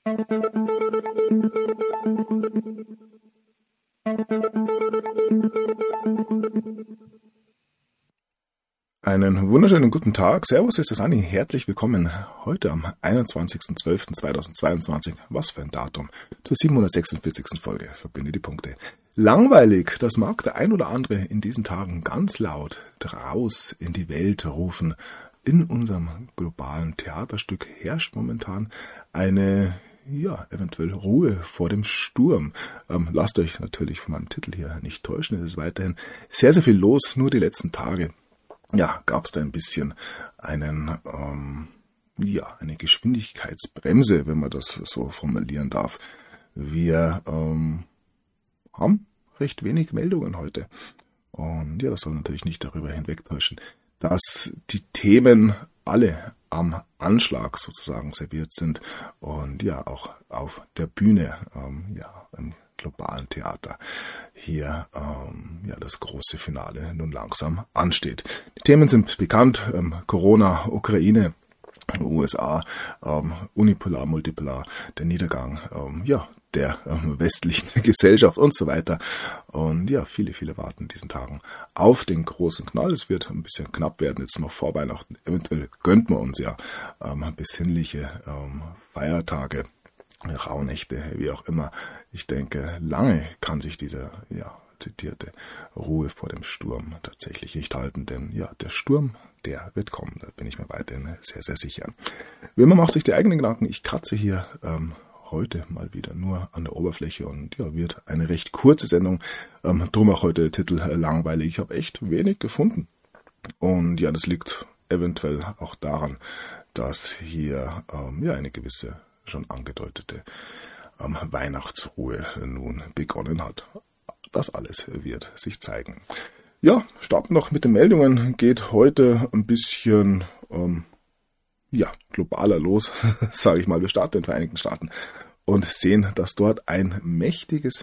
Einen wunderschönen guten Tag. Servus, ist das Anni. Herzlich willkommen heute am 21.12.2022. Was für ein Datum. Zur 746. Folge. Verbinde die Punkte. Langweilig, das mag der ein oder andere in diesen Tagen ganz laut raus in die Welt rufen. In unserem globalen Theaterstück herrscht momentan eine, eventuell Ruhe vor dem Sturm. Lasst euch natürlich von meinem Titel hier nicht täuschen. Es ist weiterhin sehr, sehr viel los, nur die letzten Tage. Ja, gab es da ein bisschen eine Geschwindigkeitsbremse, wenn man das so formulieren darf. Wir haben recht wenig Meldungen heute. Und ja, das soll natürlich nicht darüber hinwegtäuschen, dass die Themen alle am Anschlag sozusagen serviert sind und ja auch auf der Bühne, im globalen Theater hier das große Finale nun langsam ansteht. Die Themen sind bekannt: Corona, Ukraine, USA, unipolar, multipolar, der Niedergang der westlichen Gesellschaft und so weiter. Und ja, viele warten in diesen Tagen auf den großen Knall. Es wird ein bisschen knapp werden, jetzt noch vor Weihnachten. Eventuell gönnt man uns ja besinnliche Feiertage, Rauhnächte, wie auch immer. Ich denke, lange kann sich diese zitierte Ruhe vor dem Sturm tatsächlich nicht halten, denn der Sturm, der wird kommen, da bin ich mir weiterhin sehr, sehr sicher. Wie immer macht sich die eigenen Gedanken. Ich kratze hier heute mal wieder nur an der Oberfläche und wird eine recht kurze Sendung. Drum auch heute der Titel langweilig. Ich habe echt wenig gefunden. Und das liegt eventuell auch daran, dass hier eine gewisse schon angedeutete Weihnachtsruhe nun begonnen hat. Das alles wird sich zeigen. Ja, starten noch mit den Meldungen. Geht heute ein bisschen globaler los, sage ich mal. Wir starten in den Vereinigten Staaten und sehen, dass dort ein mächtiges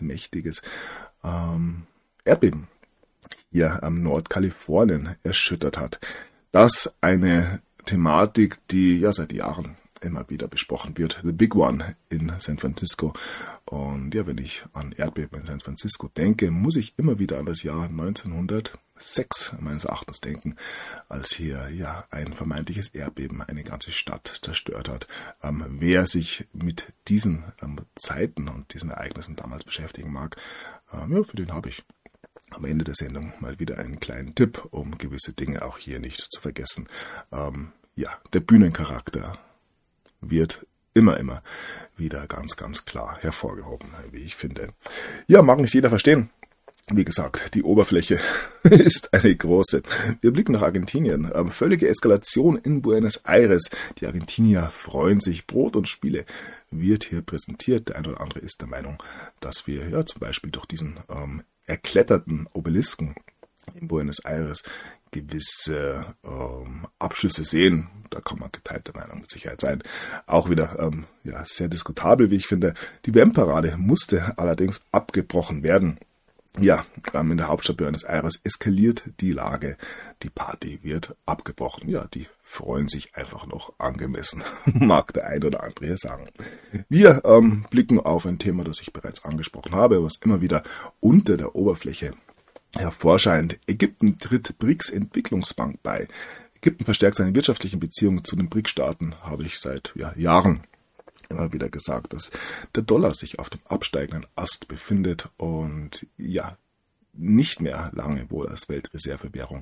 Erdbeben hier am Nordkalifornien erschüttert hat. Das eine Thematik, die seit Jahren immer wieder besprochen wird. The Big One in San Francisco. Und wenn ich an Erdbeben in San Francisco denke, muss ich immer wieder an das Jahr 1906 meines Erachtens denken, als hier ein vermeintliches Erdbeben eine ganze Stadt zerstört hat. Wer sich mit diesen Zeiten und diesen Ereignissen damals beschäftigen mag, für den habe ich am Ende der Sendung mal wieder einen kleinen Tipp, um gewisse Dinge auch hier nicht zu vergessen. Der Bühnencharakter wird immer wieder ganz klar hervorgehoben, wie ich finde. Ja, mag nicht jeder verstehen. Wie gesagt, die Oberfläche ist eine große. Wir blicken nach Argentinien. Völlige Eskalation in Buenos Aires. Die Argentinier freuen sich. Brot und Spiele wird hier präsentiert. Der eine oder andere ist der Meinung, dass wir zum Beispiel durch diesen erkletterten Obelisken in Buenos Aires gewisse Abschüsse sehen. Da kann man geteilter Meinung mit Sicherheit sein. Auch wieder sehr diskutabel, wie ich finde. Die WM-Parade musste allerdings abgebrochen werden. In der Hauptstadt Buenos Aires eskaliert die Lage. Die Party wird abgebrochen. Die freuen sich einfach noch angemessen, mag der ein oder andere hier sagen. Wir blicken auf ein Thema, das ich bereits angesprochen habe, was immer wieder unter der Oberfläche hervorscheint. Ägypten tritt BRICS-Entwicklungsbank bei. Ägypten verstärkt seine wirtschaftlichen Beziehungen zu den BRIC-Staaten, habe ich seit Jahren immer wieder gesagt, dass der Dollar sich auf dem absteigenden Ast befindet und nicht mehr lange wohl als Weltreservewährung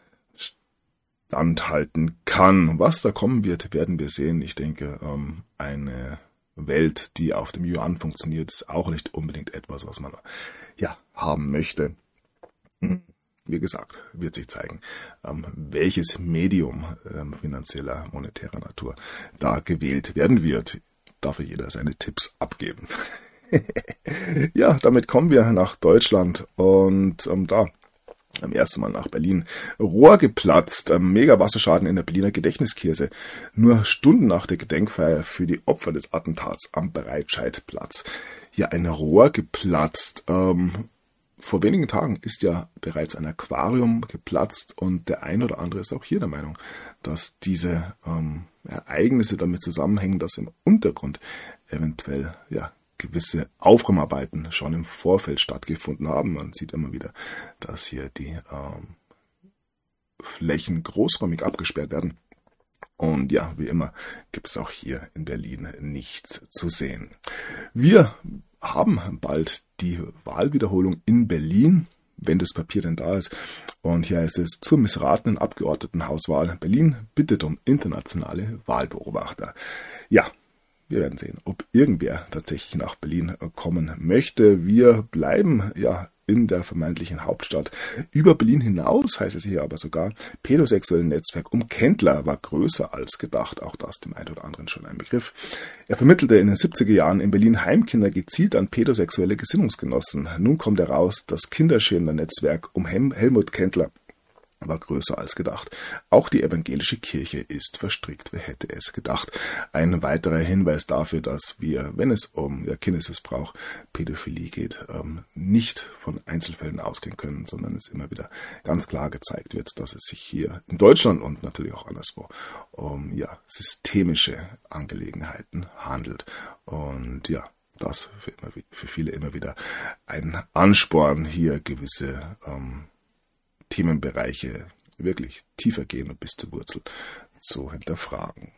standhalten kann. Was da kommen wird, werden wir sehen. Ich denke, eine Welt, die auf dem Yuan funktioniert, ist auch nicht unbedingt etwas, was man haben möchte. Wie gesagt, wird sich zeigen, welches Medium finanzieller, monetärer Natur da gewählt werden wird. Dafür jeder seine Tipps abgeben. Damit kommen wir nach Deutschland und da am ersten Mal nach Berlin. Rohr geplatzt, mega Wasserschaden in der Berliner Gedächtniskirche. Nur Stunden nach der Gedenkfeier für die Opfer des Attentats am Breitscheidplatz. Ein Rohr geplatzt. Vor wenigen Tagen ist bereits ein Aquarium geplatzt und der ein oder andere ist auch hier der Meinung, dass diese Ereignisse damit zusammenhängen, dass im Untergrund eventuell gewisse Aufräumarbeiten schon im Vorfeld stattgefunden haben. Man sieht immer wieder, dass hier die Flächen großräumig abgesperrt werden. Und ja, wie immer gibt es auch hier in Berlin nichts zu sehen. Wir haben bald die Wahlwiederholung in Berlin, wenn das Papier denn da ist. Und hier heißt es: zur missratenen Abgeordnetenhauswahl Berlin bittet um internationale Wahlbeobachter. Ja, wir werden sehen, ob irgendwer tatsächlich nach Berlin kommen möchte. Wir bleiben in der vermeintlichen Hauptstadt. Über Berlin hinaus, heißt es hier aber sogar, pädosexuelle Netzwerk um Kendler war größer als gedacht. Auch das dem einen oder anderen schon ein Begriff. Er vermittelte in den 70er Jahren in Berlin Heimkinder gezielt an pädosexuelle Gesinnungsgenossen. Nun kommt heraus, das kinderschädende Netzwerk um Helmut Kendler war größer als gedacht. Auch die evangelische Kirche ist verstrickt. Wer hätte es gedacht? Ein weiterer Hinweis dafür, dass wir, wenn es um Kindesmissbrauch, Pädophilie geht, nicht von Einzelfällen ausgehen können, sondern es immer wieder ganz klar gezeigt wird, dass es sich hier in Deutschland und natürlich auch anderswo um systemische Angelegenheiten handelt. Und das für viele immer wieder ein Ansporn, hier gewisse Themenbereiche wirklich tiefer gehen und bis zur Wurzel zu hinterfragen.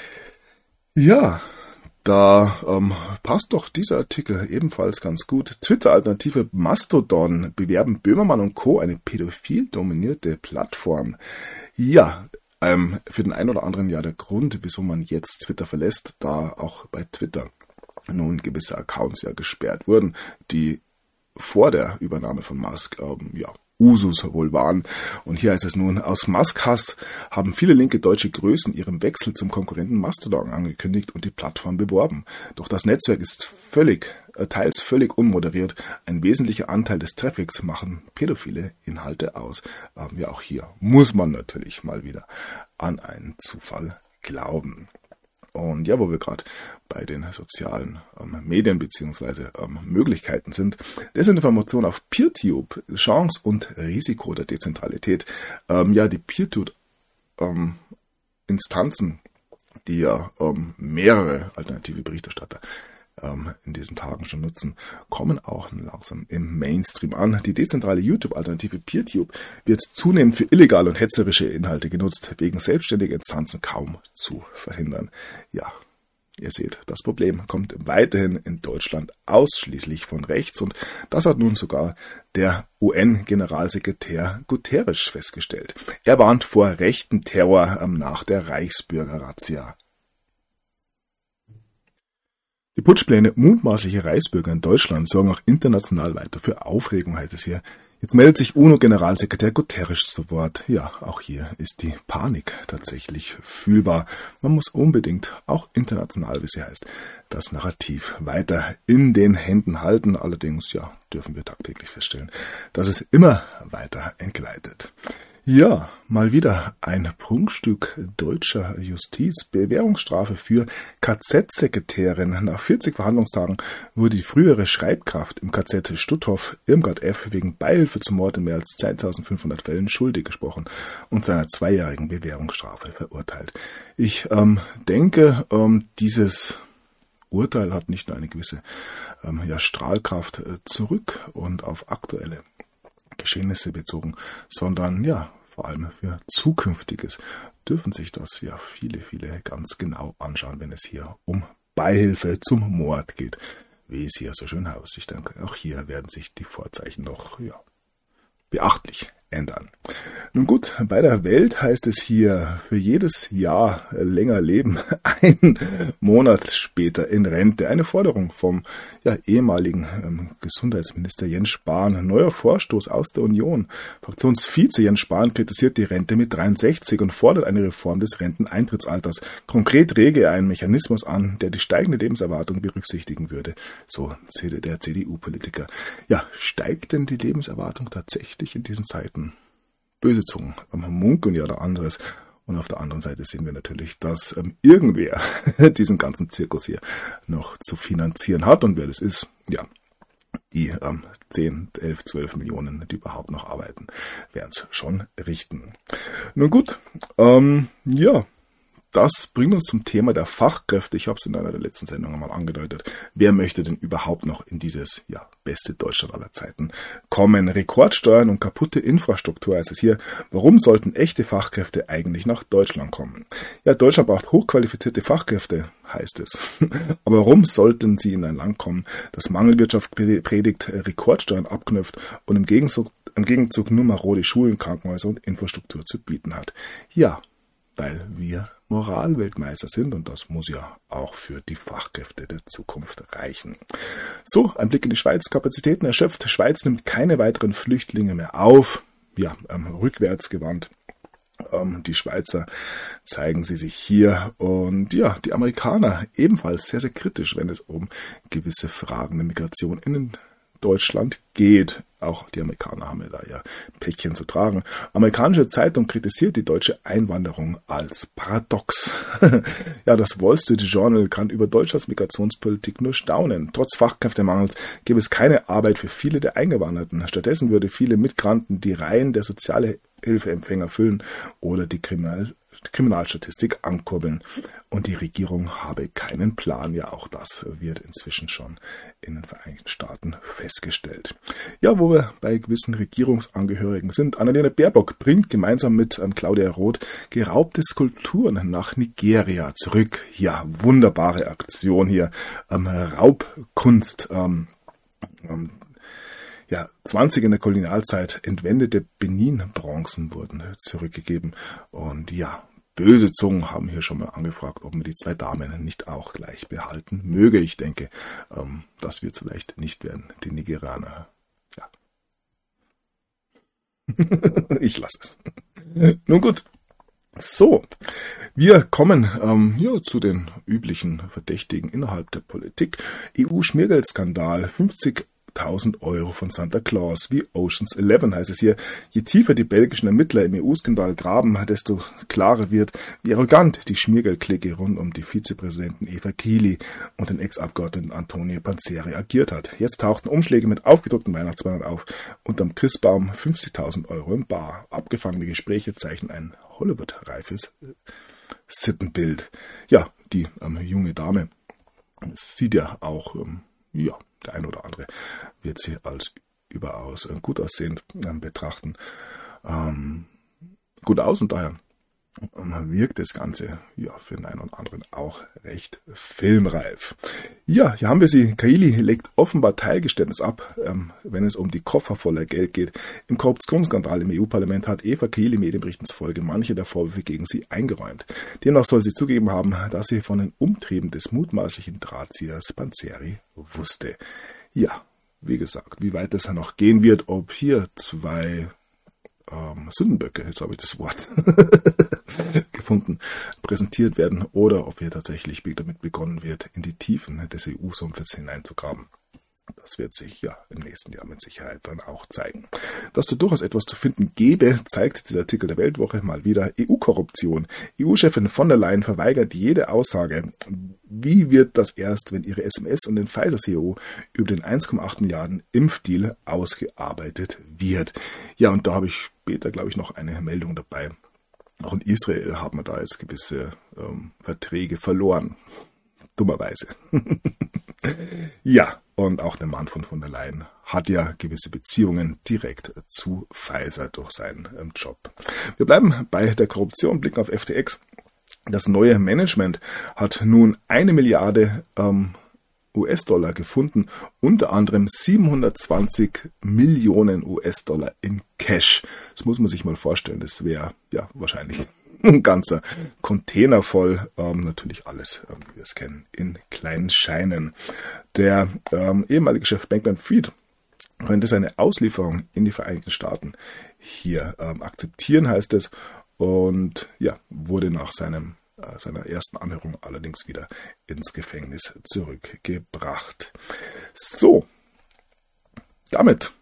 Ja, da passt doch dieser Artikel ebenfalls ganz gut. Twitter-Alternative Mastodon bewerben Böhmermann und Co. eine pädophil-dominierte Plattform. Ja, für den einen oder anderen der Grund, wieso man jetzt Twitter verlässt, da auch bei Twitter nun gewisse Accounts gesperrt wurden, die vor der Übernahme von Musk Usus wohl waren. Und hier heißt es nun: aus Musk-Hass haben viele linke deutsche Größen ihren Wechsel zum Konkurrenten Mastodon angekündigt und die Plattform beworben. Doch das Netzwerk ist teils völlig unmoderiert. Ein wesentlicher Anteil des Traffics machen pädophile Inhalte aus. Auch hier muss man natürlich mal wieder an einen Zufall glauben. Und wo wir gerade bei den sozialen Medien bzw. Möglichkeiten sind, Desinformation auf PeerTube, Chance und Risiko der Dezentralität. Die PeerTube-Instanzen, die mehrere alternative Berichterstatter in diesen Tagen schon nutzen, kommen auch langsam im Mainstream an. Die dezentrale YouTube-Alternative PeerTube wird zunehmend für illegale und hetzerische Inhalte genutzt, wegen selbstständiger Instanzen kaum zu verhindern. Ja, ihr seht, das Problem kommt weiterhin in Deutschland ausschließlich von rechts, und das hat nun sogar der UN-Generalsekretär Guterres festgestellt. Er warnt vor rechtem Terror nach der Reichsbürger-Razzia. Die Putschpläne mutmaßlicher Reichsbürger in Deutschland sorgen auch international weiter für Aufregung, heißt es hier. Jetzt meldet sich UNO-Generalsekretär Guterres zu Wort. Ja, auch hier ist die Panik tatsächlich fühlbar. Man muss unbedingt, auch international, wie sie heißt, das Narrativ weiter in den Händen halten. Allerdings, dürfen wir tagtäglich feststellen, dass es immer weiter entgleitet. Ja, mal wieder ein Prunkstück deutscher Justiz. Bewährungsstrafe für KZ-Sekretärin. Nach 40 Verhandlungstagen wurde die frühere Schreibkraft im KZ Stutthof, Irmgard F., wegen Beihilfe zum Mord in mehr als 2500 Fällen schuldig gesprochen und zu einer 2-jährigen Bewährungsstrafe verurteilt. Ich denke, dieses Urteil hat nicht nur eine gewisse Strahlkraft zurück und auf aktuelle Geschehnisse bezogen, sondern vor allem für Zukünftiges dürfen sich das viele ganz genau anschauen, wenn es hier um Beihilfe zum Mord geht, wie es hier so schön heißt. Ich denke, auch hier werden sich die Vorzeichen noch beachtlich ändern. Nun gut, bei der Welt heißt es hier: für jedes Jahr länger leben, ein Monat später in Rente. Eine Forderung vom ehemaligen Gesundheitsminister Jens Spahn. Neuer Vorstoß aus der Union. Fraktionsvize Jens Spahn kritisiert die Rente mit 63 und fordert eine Reform des Renteneintrittsalters. Konkret rege er einen Mechanismus an, der die steigende Lebenserwartung berücksichtigen würde, so der CDU-Politiker. Ja, steigt denn die Lebenserwartung tatsächlich in diesen Zeiten? Böse Zungen munkeln da anderes. Und auf der anderen Seite sehen wir natürlich, dass irgendwer diesen ganzen Zirkus hier noch zu finanzieren hat. Und wer das ist, Die 10, 11, 12 Millionen, die überhaupt noch arbeiten, werden es schon richten. Nun gut, ja, das bringt uns zum Thema der Fachkräfte. Ich habe es in einer der letzten Sendungen mal angedeutet. Wer möchte denn überhaupt noch in dieses beste Deutschland aller Zeiten kommen? Rekordsteuern und kaputte Infrastruktur heißt es hier. Warum sollten echte Fachkräfte eigentlich nach Deutschland kommen? Ja, Deutschland braucht hochqualifizierte Fachkräfte, heißt es. Aber warum sollten sie in ein Land kommen, das Mangelwirtschaft predigt, Rekordsteuern abknüpft und im Gegenzug nur marode Schulen, Krankenhäuser und Infrastruktur zu bieten hat? Ja, weil wir Moralweltmeister sind und das muss ja auch für die Fachkräfte der Zukunft reichen. So, ein Blick in die Schweiz. Kapazitäten erschöpft. Schweiz nimmt keine weiteren Flüchtlinge mehr auf. Ja, rückwärts gewandt. Die Schweizer zeigen sie sich hier und ja, die Amerikaner ebenfalls sehr, sehr kritisch, wenn es um gewisse Fragen der Migration in Deutschland geht. Auch die Amerikaner haben ja da ja Päckchen zu tragen. Amerikanische Zeitung kritisiert die deutsche Einwanderung als paradox. Ja, das Wall Street Journal kann über Deutschlands Migrationspolitik nur staunen. Trotz Fachkräftemangels gäbe es keine Arbeit für viele der Eingewanderten. Stattdessen würde viele Migranten die Reihen der Sozialhilfeempfänger füllen oder die Kriminalstatistik ankurbeln. Und die Regierung habe keinen Plan. Ja, auch das wird inzwischen schon in den Vereinigten Staaten festgestellt. Ja, wo wir bei gewissen Regierungsangehörigen sind. Annalena Baerbock bringt gemeinsam mit Claudia Roth geraubte Skulpturen nach Nigeria zurück. Ja, wunderbare Aktion hier. Raubkunst. 20 in der Kolonialzeit entwendete Benin-Bronzen wurden zurückgegeben. Und ja, böse Zungen haben hier schon mal angefragt, ob man die zwei Damen nicht auch gleich behalten möge. Ich denke, das wird vielleicht nicht werden. Die Nigerianer, ja. Ich lasse es. Nun gut. So, wir kommen zu den üblichen Verdächtigen innerhalb der Politik. EU-Schmiergeldskandal, 50.000 Euro von Santa Claus, wie Ocean's 11 heißt es hier. Je tiefer die belgischen Ermittler im EU-Skandal graben, desto klarer wird, wie arrogant die Schmiergeldklicke rund um die Vizepräsidentin Eva Kaili und den Ex-Abgeordneten Antonio Panzeri agiert hat. Jetzt tauchten Umschläge mit aufgedruckten Weihnachtsbannern auf, unterm Christbaum 50.000 Euro im Bar. Abgefangene Gespräche zeichnen ein Hollywood-reifes Sittenbild. Ja, die junge Dame sieht ja auch, der ein oder andere wird sie als überaus gut aussehend betrachten. Gut aus und daher wirkt das Ganze für den einen oder anderen auch recht filmreif. Ja, hier haben wir sie. Kaili legt offenbar Teilgeständnis ab, wenn es um die Koffer voller Geld geht. Im Korruptionsskandal im EU-Parlament hat Eva Kaili Medienberichten zufolge manche der Vorwürfe gegen sie eingeräumt. Demnach soll sie zugegeben haben, dass sie von den Umtrieben des mutmaßlichen Drahtziehers Panzeri wusste. Ja, wie gesagt, wie weit es noch gehen wird, ob hier zwei Sündenböcke, jetzt habe ich das Wort gefunden, präsentiert werden oder ob hier tatsächlich damit begonnen wird, in die Tiefen des EU-Sumpfes hineinzugraben. Das wird sich im nächsten Jahr mit Sicherheit dann auch zeigen. Dass da durchaus etwas zu finden gäbe, zeigt dieser Artikel der Weltwoche mal wieder. EU-Korruption. EU-Chefin von der Leyen verweigert jede Aussage. Wie wird das erst, wenn ihre SMS und den Pfizer-CEO über den 1,8 Milliarden Impfdeal ausgearbeitet wird? Ja, und da habe ich später, glaube ich, noch eine Meldung dabei. Auch in Israel hat man da jetzt gewisse Verträge verloren. Dummerweise. Ja, und auch der Mann von der Leyen hat ja gewisse Beziehungen direkt zu Pfizer durch seinen Job. Wir bleiben bei der Korruption, blicken auf FTX. Das neue Management hat nun 1 Milliarde US-Dollar gefunden, unter anderem 720 Millionen US-Dollar in Cash. Das muss man sich mal vorstellen, das wäre wahrscheinlich ein ganzer Container voll, natürlich alles, wie wir es kennen, in kleinen Scheinen. Der ehemalige Chef Bankman-Fried könnte seine Auslieferung in die Vereinigten Staaten hier akzeptieren, heißt es, und wurde nach seiner ersten Anhörung allerdings wieder ins Gefängnis zurückgebracht. So, damit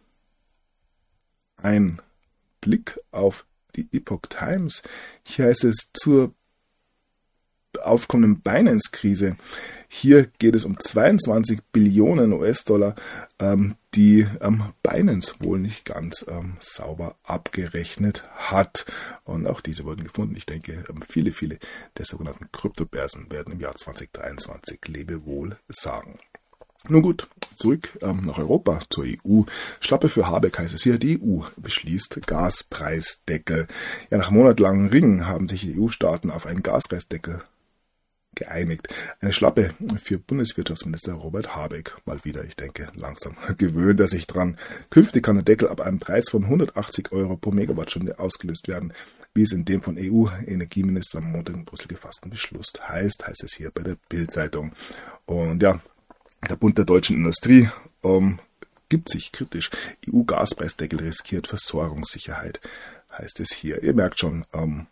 ein Blick auf die Epoch Times. Hier heißt es zur aufkommenden Binance-Krise. Hier geht es um 22 Billionen US-Dollar, die Binance wohl nicht ganz sauber abgerechnet hat. Und auch diese wurden gefunden. Ich denke, viele der sogenannten Kryptobörsen werden im Jahr 2023 Lebewohl sagen. Nun gut, zurück nach Europa, zur EU. Schlappe für Habeck heißt es hier, die EU beschließt Gaspreisdeckel. Ja, nach monatelangen Ringen haben sich die EU-Staaten auf einen Gaspreisdeckel geeinigt. Eine Schlappe für Bundeswirtschaftsminister Robert Habeck. Mal wieder, ich denke, langsam gewöhnt er sich dran. Künftig kann der Deckel ab einem Preis von 180 Euro pro Megawattstunde ausgelöst werden, wie es in dem von EU-Energieminister am Montag in Brüssel gefassten Beschluss heißt es hier bei der Bild-Zeitung. Und ja, der Bund der deutschen Industrie gibt sich kritisch. EU-Gaspreisdeckel riskiert Versorgungssicherheit, heißt es hier. Ihr merkt schon,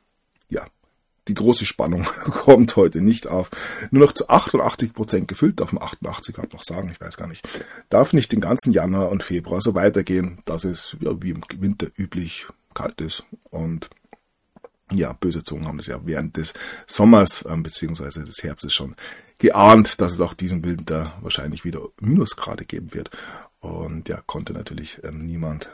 die große Spannung kommt heute nicht auf. Nur noch zu 88% gefüllt, darf man 88 gerade noch sagen, ich weiß gar nicht. Darf nicht den ganzen Januar und Februar so weitergehen, dass es wie im Winter üblich kalt ist. Und ja, böse Zungen haben das ja während des Sommers bzw. des Herbstes schon geahnt, dass es auch diesen Winter wahrscheinlich wieder Minusgrade geben wird. Und ja, konnte natürlich niemand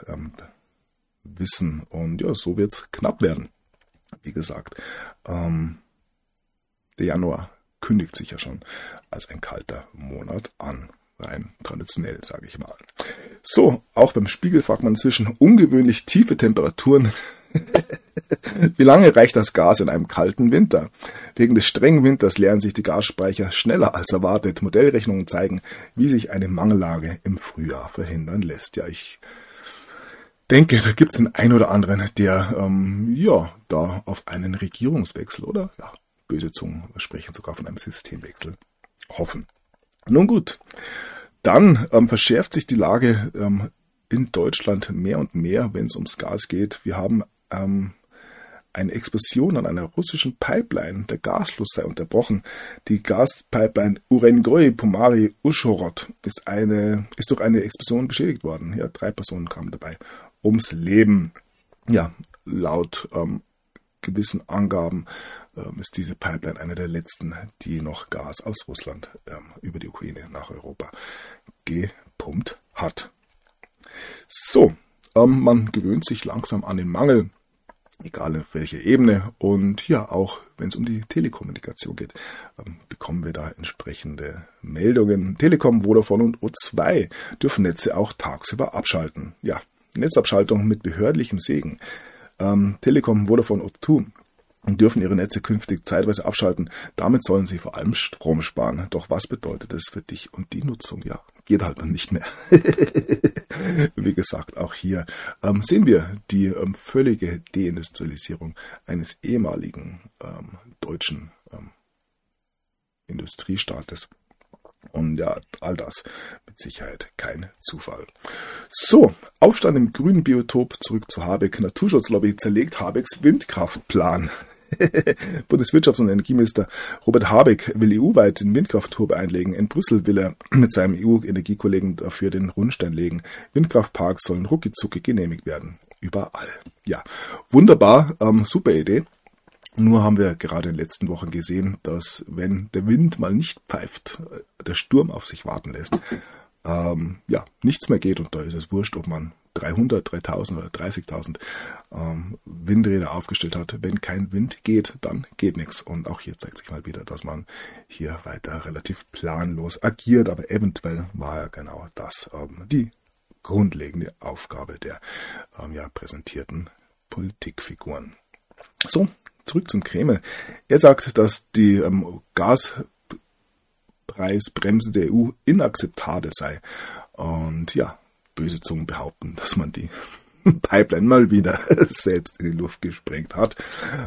wissen. Und ja, so wird es knapp werden. Wie gesagt, der Januar kündigt sich ja schon als ein kalter Monat an. Rein traditionell, sage ich mal. So, auch beim Spiegel fragt man inzwischen ungewöhnlich tiefe Temperaturen. Wie lange reicht das Gas in einem kalten Winter? Wegen des strengen Winters leeren sich die Gasspeicher schneller als erwartet. Modellrechnungen zeigen, wie sich eine Mangellage im Frühjahr verhindern lässt. Ja, ich denke, da gibt es den einen oder anderen, der da auf einen Regierungswechsel oder böse Zungen sprechen sogar von einem Systemwechsel hoffen. Nun gut, dann verschärft sich die Lage in Deutschland mehr und mehr, wenn es ums Gas geht. Wir haben eine Explosion an einer russischen Pipeline. Der Gasfluss sei unterbrochen. Die Gaspipeline Urengoy-Pomari-Uschhorod ist durch eine Explosion beschädigt worden. Ja, 3 Personen kamen dabei ums Leben. Ja, laut gewissen Angaben ist diese Pipeline eine der letzten, die noch Gas aus Russland über die Ukraine nach Europa gepumpt hat. So, man gewöhnt sich langsam an den Mangel, egal auf welcher Ebene. Und ja, auch wenn es um die Telekommunikation geht, bekommen wir da entsprechende Meldungen. Telekom, Vodafone und O2 dürfen Netze auch tagsüber abschalten. Ja, Netzabschaltung mit behördlichem Segen. Telekom, Vodafone und O2 dürfen ihre Netze künftig zeitweise abschalten. Damit sollen sie vor allem Strom sparen. Doch was bedeutet das für dich und die Nutzung? Ja, geht halt dann nicht mehr. Wie gesagt, auch hier sehen wir die völlige Deindustrialisierung eines ehemaligen deutschen Industriestaates. Und ja, all das mit Sicherheit kein Zufall. So, Aufstand im grünen Biotop, zurück zu Habeck. Naturschutzlobby zerlegt Habecks Windkraftplan. Bundeswirtschafts- und Energieminister Robert Habeck will EU-weit den Windkraftturbo einlegen. In Brüssel will er mit seinem EU-Energiekollegen dafür den Grundstein legen. Windkraftparks sollen ruckizucki genehmigt werden. Überall. Ja, wunderbar, super Idee. Nur haben wir gerade in den letzten Wochen gesehen, dass wenn der Wind mal nicht pfeift, der Sturm auf sich warten lässt, nichts mehr geht. Und da ist es wurscht, ob man 300, 3000 oder 30.000 Windräder aufgestellt hat. Wenn kein Wind geht, dann geht nichts. Und auch hier zeigt sich mal wieder, dass man hier weiter relativ planlos agiert. Aber eventuell war ja genau das die grundlegende Aufgabe der präsentierten Politikfiguren. So, zurück zum Kreml. Er sagt, dass die Gaspreisbremse der EU inakzeptabel sei. Und ja, böse Zungen behaupten, dass man die Pipeline mal wieder selbst in die Luft gesprengt hat.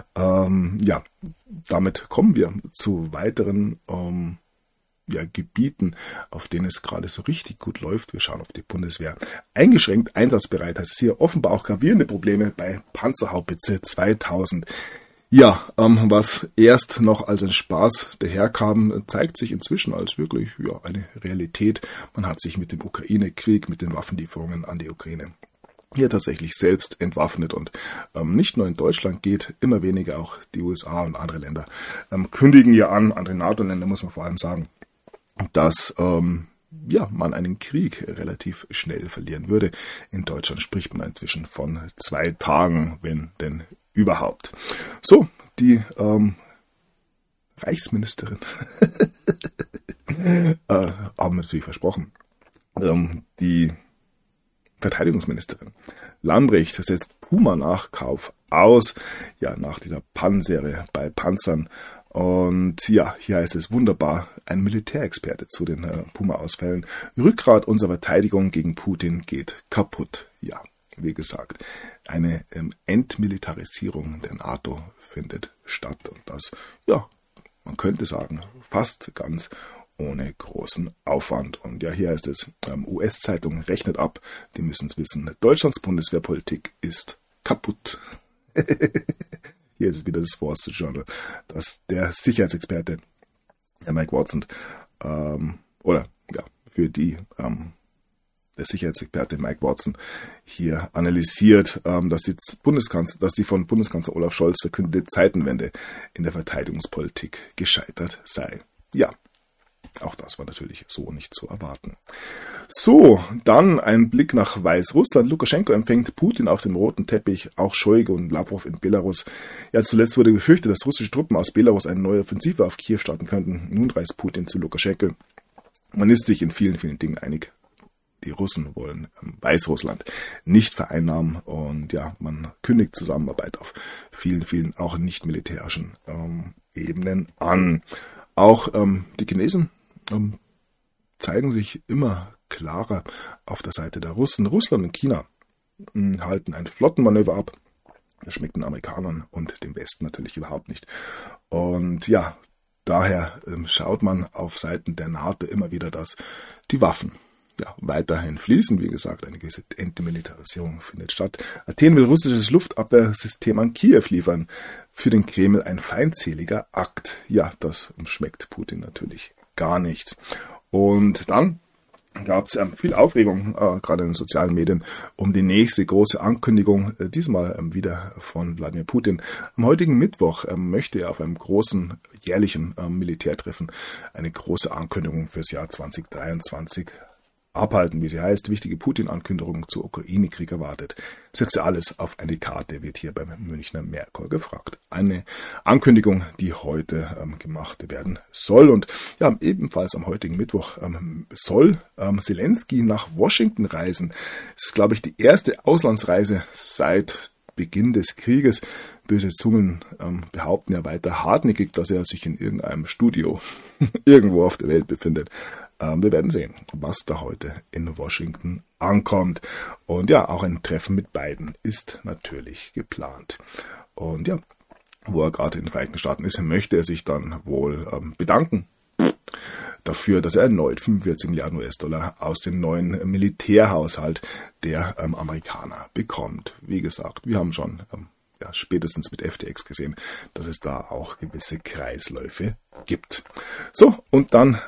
Damit kommen wir zu weiteren Gebieten, auf denen es gerade so richtig gut läuft. Wir schauen auf die Bundeswehr. Eingeschränkt einsatzbereit heißt es hier, offenbar auch gravierende Probleme bei Panzerhaubitze 2000. Ja, was erst noch als ein Spaß daherkam, zeigt sich inzwischen als wirklich eine Realität. Man hat sich mit dem Ukraine-Krieg, mit den Waffenlieferungen an die Ukraine hier tatsächlich selbst entwaffnet. Und nicht nur in Deutschland geht immer weniger, auch die USA und andere Länder kündigen hier an, andere NATO-Länder muss man vor allem sagen, dass man einen Krieg relativ schnell verlieren würde. In Deutschland spricht man inzwischen von 2 Tagen, wenn denn überhaupt. So, die Reichsministerin haben natürlich versprochen. Die Verteidigungsministerin Lambrecht setzt Puma-Nachkauf aus, nach dieser Pan-Serie bei Panzern. Und ja, hier heißt es wunderbar, ein Militärexperte zu den Puma-Ausfällen. Rückgrat unserer Verteidigung gegen Putin geht kaputt. Ja, wie gesagt, eine Entmilitarisierung der NATO findet statt. Und das, man könnte sagen, fast ganz ohne großen Aufwand. Und ja, hier heißt es, US-Zeitung rechnet ab, die müssen es wissen. Deutschlands Bundeswehrpolitik ist kaputt. Hier ist es wieder das Wall Street Journal, dass der Sicherheitsexperte, der Mike Watson, der Sicherheitsexperte Mike Watson hier analysiert, dass die von Bundeskanzler Olaf Scholz verkündete Zeitenwende in der Verteidigungspolitik gescheitert sei. Ja, auch das war natürlich so nicht zu erwarten. So, dann ein Blick nach Weißrussland. Lukaschenko empfängt Putin auf dem roten Teppich, auch Shoigu und Lavrov in Belarus. Ja, zuletzt wurde befürchtet, dass russische Truppen aus Belarus eine neue Offensive auf Kiew starten könnten. Nun reist Putin zu Lukaschenko. Man ist sich in vielen, vielen Dingen einig. Die Russen wollen Weißrussland nicht vereinnahmen und man kündigt Zusammenarbeit auf vielen, vielen auch nicht militärischen Ebenen an. Auch die Chinesen zeigen sich immer klarer auf der Seite der Russen. Russland und China halten ein Flottenmanöver ab. Das schmeckt den Amerikanern und dem Westen natürlich überhaupt nicht. Und daher schaut man auf Seiten der NATO immer wieder, dass die Waffen weiterhin fließen. Wie gesagt, eine gewisse Entmilitarisierung findet statt. Athen will russisches Luftabwehrsystem an Kiew liefern. Für den Kreml ein feindseliger Akt. Ja, das schmeckt Putin natürlich gar nicht. Und dann gab es viel Aufregung, gerade in den sozialen Medien, um die nächste große Ankündigung, diesmal wieder von Wladimir Putin. Am heutigen Mittwoch möchte er auf einem großen jährlichen Militärtreffen eine große Ankündigung fürs Jahr 2023 abhalten, wie sie heißt. Wichtige Putin-Ankündigung zu Ukraine-Krieg erwartet. Setze alles auf eine Karte, wird hier beim Münchner Merkur gefragt. Eine Ankündigung, die heute gemacht werden soll. Und ebenfalls am heutigen Mittwoch soll Zelensky nach Washington reisen. Das ist, glaube ich, die erste Auslandsreise seit Beginn des Krieges. Böse Zungen behaupten ja weiter hartnäckig, dass er sich in irgendeinem Studio irgendwo auf der Welt befindet. Wir werden sehen, was da heute in Washington ankommt. Und auch ein Treffen mit Biden ist natürlich geplant. Und wo er gerade in den Vereinigten Staaten ist, möchte er sich dann wohl bedanken dafür, dass er erneut 45 Milliarden US-Dollar aus dem neuen Militärhaushalt der Amerikaner bekommt. Wie gesagt, wir haben schon spätestens mit FTX gesehen, dass es da auch gewisse Kreisläufe gibt. So, und dann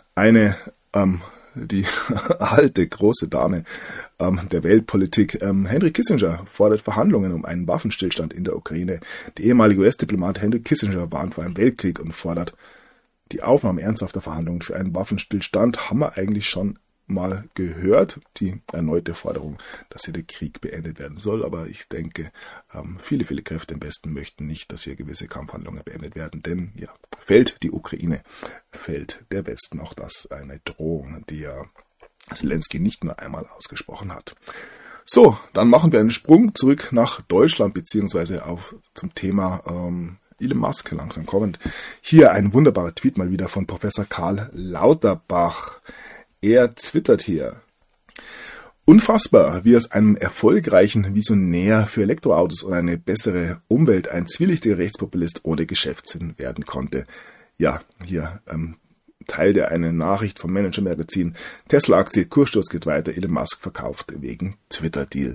die alte große Dame der Weltpolitik, Henry Kissinger, fordert Verhandlungen um einen Waffenstillstand in der Ukraine. Der ehemalige US-Diplomat Henry Kissinger warnt vor einem Weltkrieg und fordert die Aufnahme ernsthafter Verhandlungen für einen Waffenstillstand. Haben wir eigentlich schon mal gehört, die erneute Forderung, dass hier der Krieg beendet werden soll. Aber ich denke, viele, viele Kräfte im Westen möchten nicht, dass hier gewisse Kampfhandlungen beendet werden. Denn fällt die Ukraine, fällt der Westen. Auch das eine Drohung, die Zelensky nicht nur einmal ausgesprochen hat. So, dann machen wir einen Sprung zurück nach Deutschland, beziehungsweise zum Thema Elon Musk langsam kommend. Hier ein wunderbarer Tweet mal wieder von Professor Karl Lauterbach. Er twittert hier: Unfassbar, wie aus einem erfolgreichen Visionär für Elektroautos und eine bessere Umwelt ein zwielichtiger Rechtspopulist ohne Geschäftssinn werden konnte. Ja, hier teilt er eine Nachricht vom Manager-Magazin. Tesla-Aktie, Kurssturz geht weiter, Elon Musk verkauft wegen Twitter-Deal.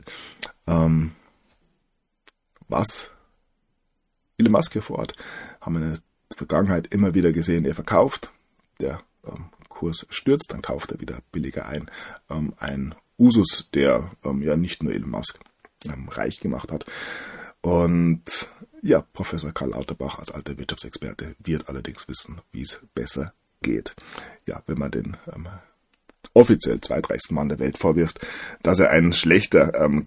Was? Elon Musk hier vor Ort haben wir in der Vergangenheit immer wieder gesehen. Er verkauft, der Kurs stürzt, dann kauft er wieder billiger ein. Ein Usus, der nicht nur Elon Musk reich gemacht hat. Und Professor Karl Lauterbach als alter Wirtschaftsexperte wird allerdings wissen, wie es besser geht. Ja, wenn man den offiziell zweitreichsten Mann der Welt vorwirft, dass er einen schlechten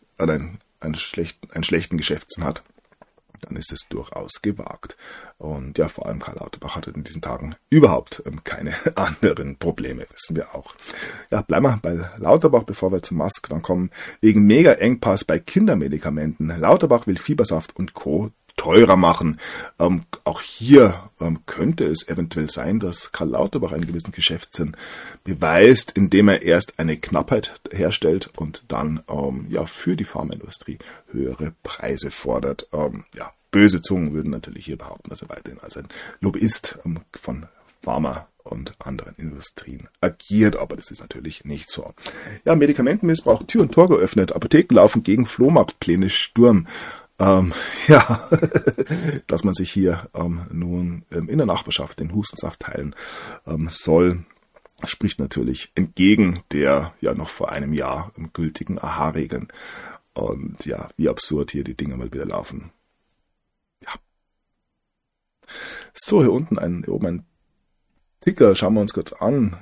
Geschäftssinn hat, dann ist es durchaus gewagt. Und ja, vor allem Karl Lauterbach hatte in diesen Tagen überhaupt keine anderen Probleme, wissen wir auch. Ja, bleiben wir bei Lauterbach, bevor wir zu Musk dann kommen. Wegen Mega-Engpass bei Kindermedikamenten. Lauterbach will Fiebersaft und Co. teurer machen. Auch hier könnte es eventuell sein, dass Karl Lauterbach einen gewissen Geschäftssinn beweist, indem er erst eine Knappheit herstellt und dann für die Pharmaindustrie höhere Preise fordert. Böse Zungen würden natürlich hier behaupten, dass er weiterhin als ein Lobbyist von Pharma und anderen Industrien agiert, aber das ist natürlich nicht so. Ja, Medikamentenmissbrauch, Tür und Tor geöffnet, Apotheken laufen gegen Flohmarktpläne Sturm. Dass man sich hier nun in der Nachbarschaft den Hustensaft teilen soll, spricht natürlich entgegen der ja noch vor einem Jahr gültigen AHA-Regeln. Und ja, wie absurd hier die Dinge mal wieder laufen. Ja. So, hier unten oben ein Ticker, schauen wir uns kurz an.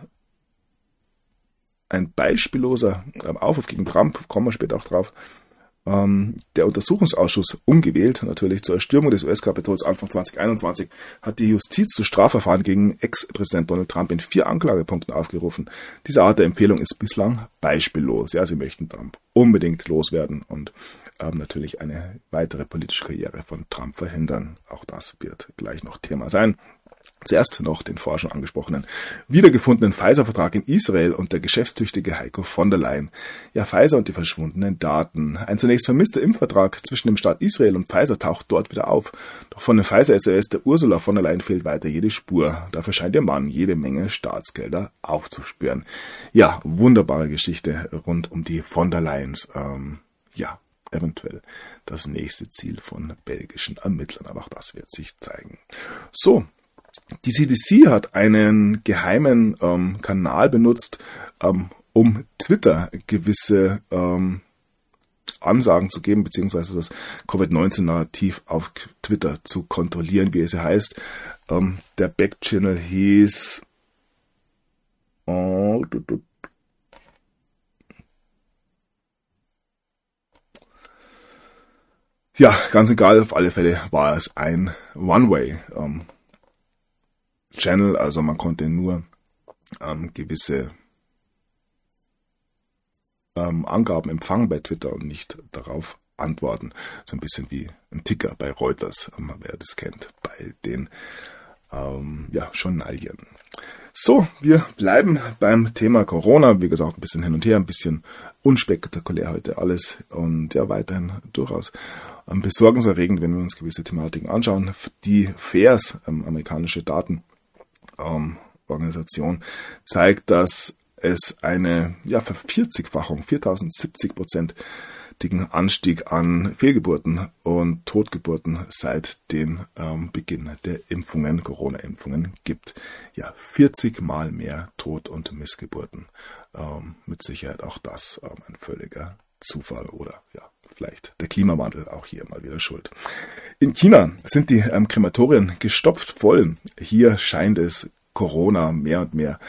Ein beispielloser Aufruf gegen Trump, kommen wir später auch drauf. Der Untersuchungsausschuss, umgewählt natürlich zur Erstürmung des US-Kapitols Anfang 2021, hat die Justiz zu Strafverfahren gegen Ex-Präsident Donald Trump in 4 Anklagepunkten aufgerufen. Diese Art der Empfehlung ist bislang beispiellos. Ja, sie möchten Trump unbedingt loswerden und natürlich eine weitere politische Karriere von Trump verhindern. Auch das wird gleich noch Thema sein. Zuerst noch den vorher schon angesprochenen wiedergefundenen Pfizer-Vertrag in Israel und der geschäftstüchtige Heiko von der Leyen. Ja, Pfizer und die verschwundenen Daten. Ein zunächst vermisster Impfvertrag zwischen dem Staat Israel und Pfizer taucht dort wieder auf. Doch von den Pfizer-SAS der Ursula von der Leyen fehlt weiter jede Spur. Dafür scheint ihr Mann jede Menge Staatsgelder aufzuspüren. Ja, wunderbare Geschichte rund um die von der Leyens. Eventuell das nächste Ziel von belgischen Ermittlern. Aber auch das wird sich zeigen. So. Die CDC hat einen geheimen Kanal benutzt, um Twitter gewisse Ansagen zu geben, beziehungsweise das Covid-19-Narrativ auf Twitter zu kontrollieren, wie es heißt. Der Backchannel hieß ja, ganz egal, auf alle Fälle war es ein One-Way Channel, also man konnte nur gewisse Angaben empfangen bei Twitter und nicht darauf antworten. So ein bisschen wie ein Ticker bei Reuters, wer das kennt, bei den Journalien. So, wir bleiben beim Thema Corona. Wie gesagt, ein bisschen hin und her, ein bisschen unspektakulär heute alles und ja, weiterhin durchaus besorgniserregend, wenn wir uns gewisse Thematiken anschauen. Die FAIRS, amerikanische Datenorganisation, zeigt, dass es eine Vervierzigfachung, 4070%igen Anstieg an Fehlgeburten und Totgeburten seit dem Beginn der Impfungen, Corona-Impfungen gibt. Ja, 40 Mal mehr Tod- und Missgeburten. Mit Sicherheit auch das ein völliger Zufall oder ja, vielleicht der Klimawandel auch hier mal wieder schuld. In China sind die Krematorien gestopft voll. Hier scheint es Corona mehr und mehr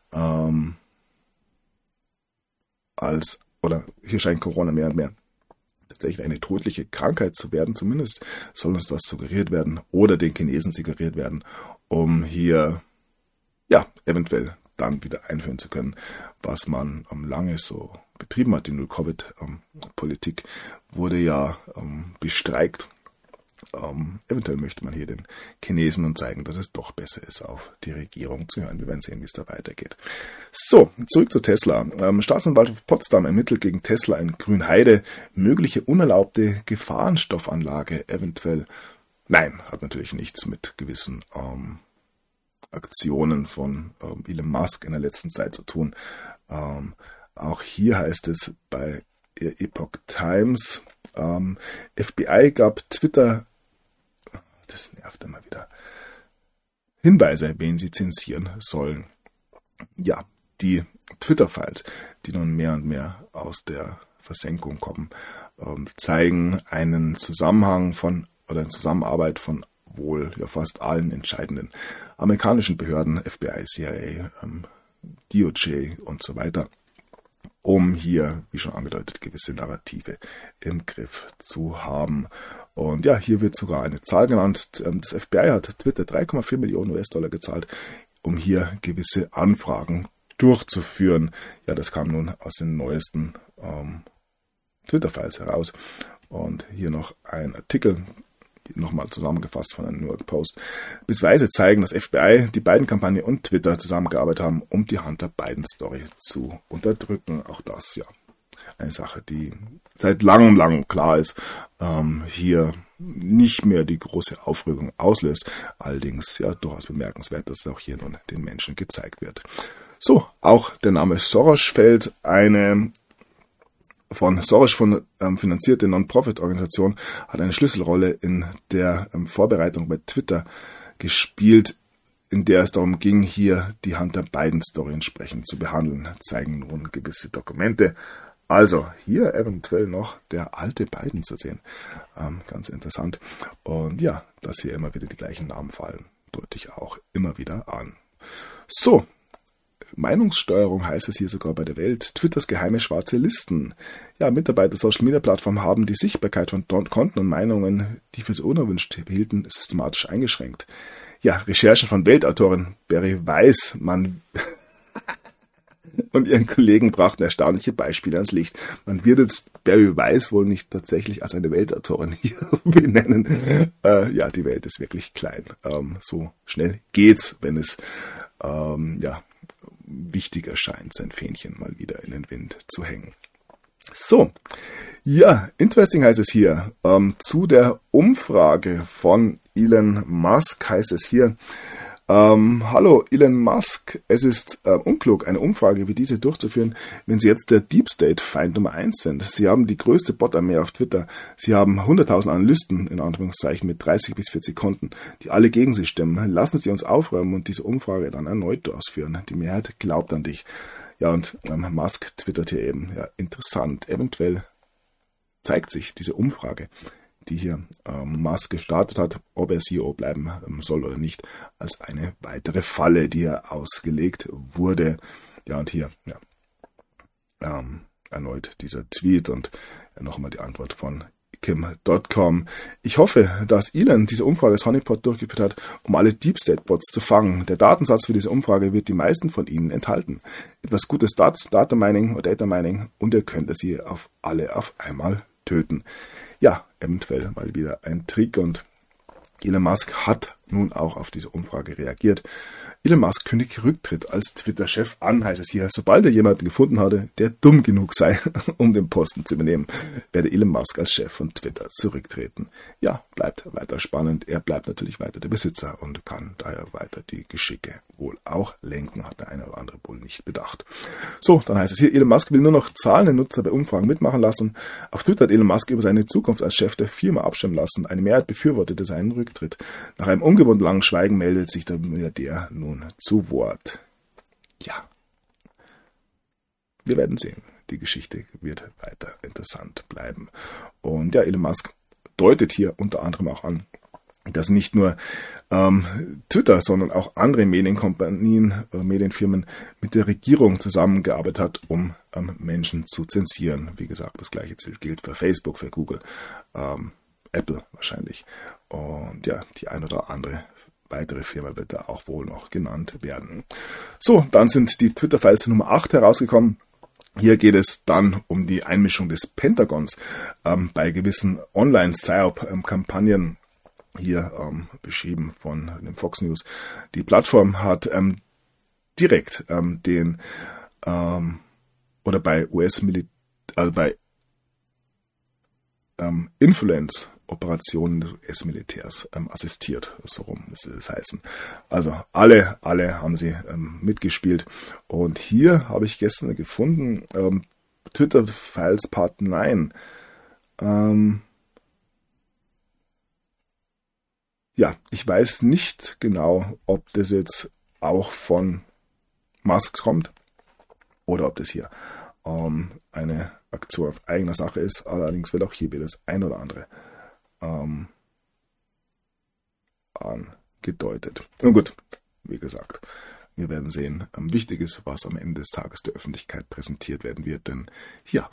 hier scheint Corona mehr und mehr tatsächlich eine tödliche Krankheit zu werden. Zumindest soll uns das suggeriert werden oder den Chinesen suggeriert werden, um hier eventuell dann wieder einführen zu können, was man lange so betrieben hat. Die Null-Covid-Politik wurde ja bestreikt. Eventuell möchte man hier den Chinesen nun zeigen, dass es doch besser ist, auf die Regierung zu hören. Wir werden sehen, wie es da weitergeht. So, zurück zu Tesla. Staatsanwalt Potsdam ermittelt gegen Tesla in Grünheide mögliche unerlaubte Gefahrenstoffanlage eventuell. Nein, hat natürlich nichts mit gewissen Aktionen von Elon Musk in der letzten Zeit zu tun. Auch hier heißt es bei Epoch Times, FBI gab Twitter, das nervt immer wieder, Hinweise, wen sie zensieren sollen. Ja, die Twitter-Files, die nun mehr und mehr aus der Versenkung kommen, zeigen einen Zusammenhang eine Zusammenarbeit von wohl fast allen entscheidenden amerikanischen Behörden, FBI, CIA, DOJ und so weiter, um hier, wie schon angedeutet, gewisse Narrative im Griff zu haben. Und ja, hier wird sogar eine Zahl genannt. Das FBI hat Twitter 3,4 Millionen US-Dollar gezahlt, um hier gewisse Anfragen durchzuführen. Ja, das kam nun aus den neuesten Twitter-Files heraus. Und hier noch ein Artikel, nochmal zusammengefasst von der New York Post. Beweise zeigen, dass FBI, die Biden-Kampagne und Twitter zusammengearbeitet haben, um die Hunter-Biden-Story zu unterdrücken. Auch das, ja, eine Sache, die seit langem klar ist, hier nicht mehr die große Aufregung auslöst. Allerdings, ja, durchaus bemerkenswert, dass es auch hier nun den Menschen gezeigt wird. So, auch der Name Soros fällt. Eine von Soros finanzierte Non-Profit-Organisation hat eine Schlüsselrolle in der Vorbereitung bei Twitter gespielt, in der es darum ging, hier die Hunter-Biden-Story entsprechend zu behandeln, zeigen nun gewisse Dokumente. Also hier eventuell noch der alte Biden zu sehen. Ganz interessant. Und ja, dass hier immer wieder die gleichen Namen fallen, deute ich auch immer wieder an. So, Meinungssteuerung heißt es hier sogar bei der Welt. Twitters geheime schwarze Listen. Ja, Mitarbeiter Social-Media-Plattformen haben die Sichtbarkeit von Konten und Meinungen, die für so unerwünscht behielten, systematisch eingeschränkt. Ja, Recherchen von Weltautorin Barry Weisman und ihren Kollegen brachten erstaunliche Beispiele ans Licht. Man wird jetzt Barry Weiss wohl nicht tatsächlich als eine Weltautorin hier benennen. Ja, die Welt ist wirklich klein. So schnell geht's, wenn es wichtig erscheint, sein Fähnchen mal wieder in den Wind zu hängen. So, ja, interesting heißt es hier. Zu der Umfrage von Elon Musk heißt es hier, hallo Elon Musk, es ist unklug, eine Umfrage wie diese durchzuführen, wenn Sie jetzt der Deep State Feind Nummer 1 sind. Sie haben die größte Bot-Armee auf Twitter. Sie haben 100.000 Analysten, in Anführungszeichen, mit 30 bis 40 Konten, die alle gegen Sie stimmen. Lassen Sie uns aufräumen und diese Umfrage dann erneut durchführen. Die Mehrheit glaubt an dich. Ja, und Musk twittert hier eben, ja, interessant, eventuell zeigt sich diese Umfrage, die hier Musk gestartet hat, ob er CEO bleiben soll oder nicht, als eine weitere Falle, die hier ausgelegt wurde. Ja, und hier erneut dieser Tweet und nochmal die Antwort von Kim.com. Ich hoffe, dass Elon diese Umfrage als Honeypot durchgeführt hat, um alle Deep State Bots zu fangen. Der Datensatz für diese Umfrage wird die meisten von ihnen enthalten. Etwas gutes Data Mining und ihr könnt sie alle auf einmal töten. Ja, eventuell mal wieder ein Trick und Elon Musk hat nun auch auf diese Umfrage reagiert. Elon Musk kündigt Rücktritt als Twitter-Chef an, heißt es hier. Sobald er jemanden gefunden hatte, der dumm genug sei, um den Posten zu übernehmen, werde Elon Musk als Chef von Twitter zurücktreten. Ja, bleibt weiter spannend. Er bleibt natürlich weiter der Besitzer und kann daher weiter die Geschicke wohl auch lenken, hat der eine oder andere wohl nicht bedacht. So, dann heißt es hier, Elon Musk will nur noch zahlende Nutzer bei Umfragen mitmachen lassen. Auf Twitter hat Elon Musk über seine Zukunft als Chef der Firma abstimmen lassen. Eine Mehrheit befürwortete seinen Rücktritt. Nach einem ungewohnt langen Schweigen meldet sich der Milliardär nun zu Wort. Ja, wir werden sehen. Die Geschichte wird weiter interessant bleiben. Und ja, Elon Musk deutet hier unter anderem auch an, dass nicht nur Twitter, sondern auch andere Medienkompanien oder Medienfirmen mit der Regierung zusammengearbeitet hat, um Menschen zu zensieren. Wie gesagt, das gleiche gilt für Facebook, für Google, Apple wahrscheinlich. Und ja, die ein oder andere weitere Firma wird da auch wohl noch genannt werden. So, dann sind die Twitter-Files Nummer 8 herausgekommen. Hier geht es dann um die Einmischung des Pentagons bei gewissen Online-PSYOP-Kampagnen, hier beschrieben von dem Fox News. Die Plattform hat direkt bei bei Influence-Operationen des US-Militärs assistiert, so rum müsste das heißen. Also alle haben sie mitgespielt. Und hier habe ich gestern gefunden, Twitter Files Part 9. Ja, ich weiß nicht genau, ob das jetzt auch von Musk kommt oder ob das hier eine Aktion auf eigener Sache ist. Allerdings wird auch hier wieder das ein oder andere angedeutet. Nun gut, wie gesagt, wir werden sehen. Wichtig ist, was am Ende des Tages der Öffentlichkeit präsentiert werden wird, denn ja,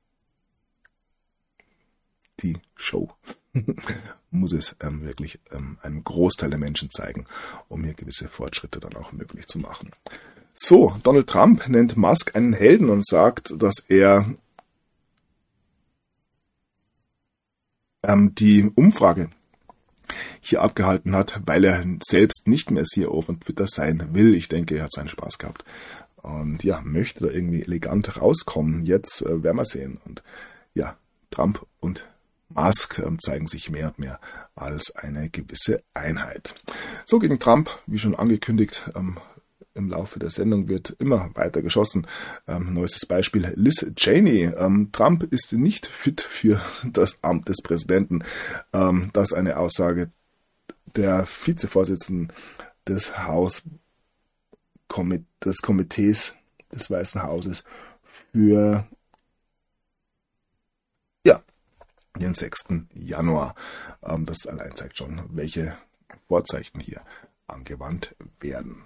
die Show muss es wirklich einem Großteil der Menschen zeigen, um hier gewisse Fortschritte dann auch möglich zu machen. So, Donald Trump nennt Musk einen Helden und sagt, dass er die Umfrage hier abgehalten hat, weil er selbst nicht mehr CEO von Twitter sein will. Ich denke, er hat seinen Spaß gehabt und ja, möchte da irgendwie elegant rauskommen. Jetzt werden wir sehen. Und ja, Trump und Musk zeigen sich mehr und mehr als eine gewisse Einheit. So, gegen Trump, wie schon angekündigt, im Laufe der Sendung wird immer weiter geschossen. Neuestes Beispiel, Liz Cheney. Trump ist nicht fit für das Amt des Präsidenten. Das ist eine Aussage der Vizevorsitzenden des des Komitees des Weißen Hauses für den 6. Januar. Das allein zeigt schon, welche Vorzeichen hier angewandt werden.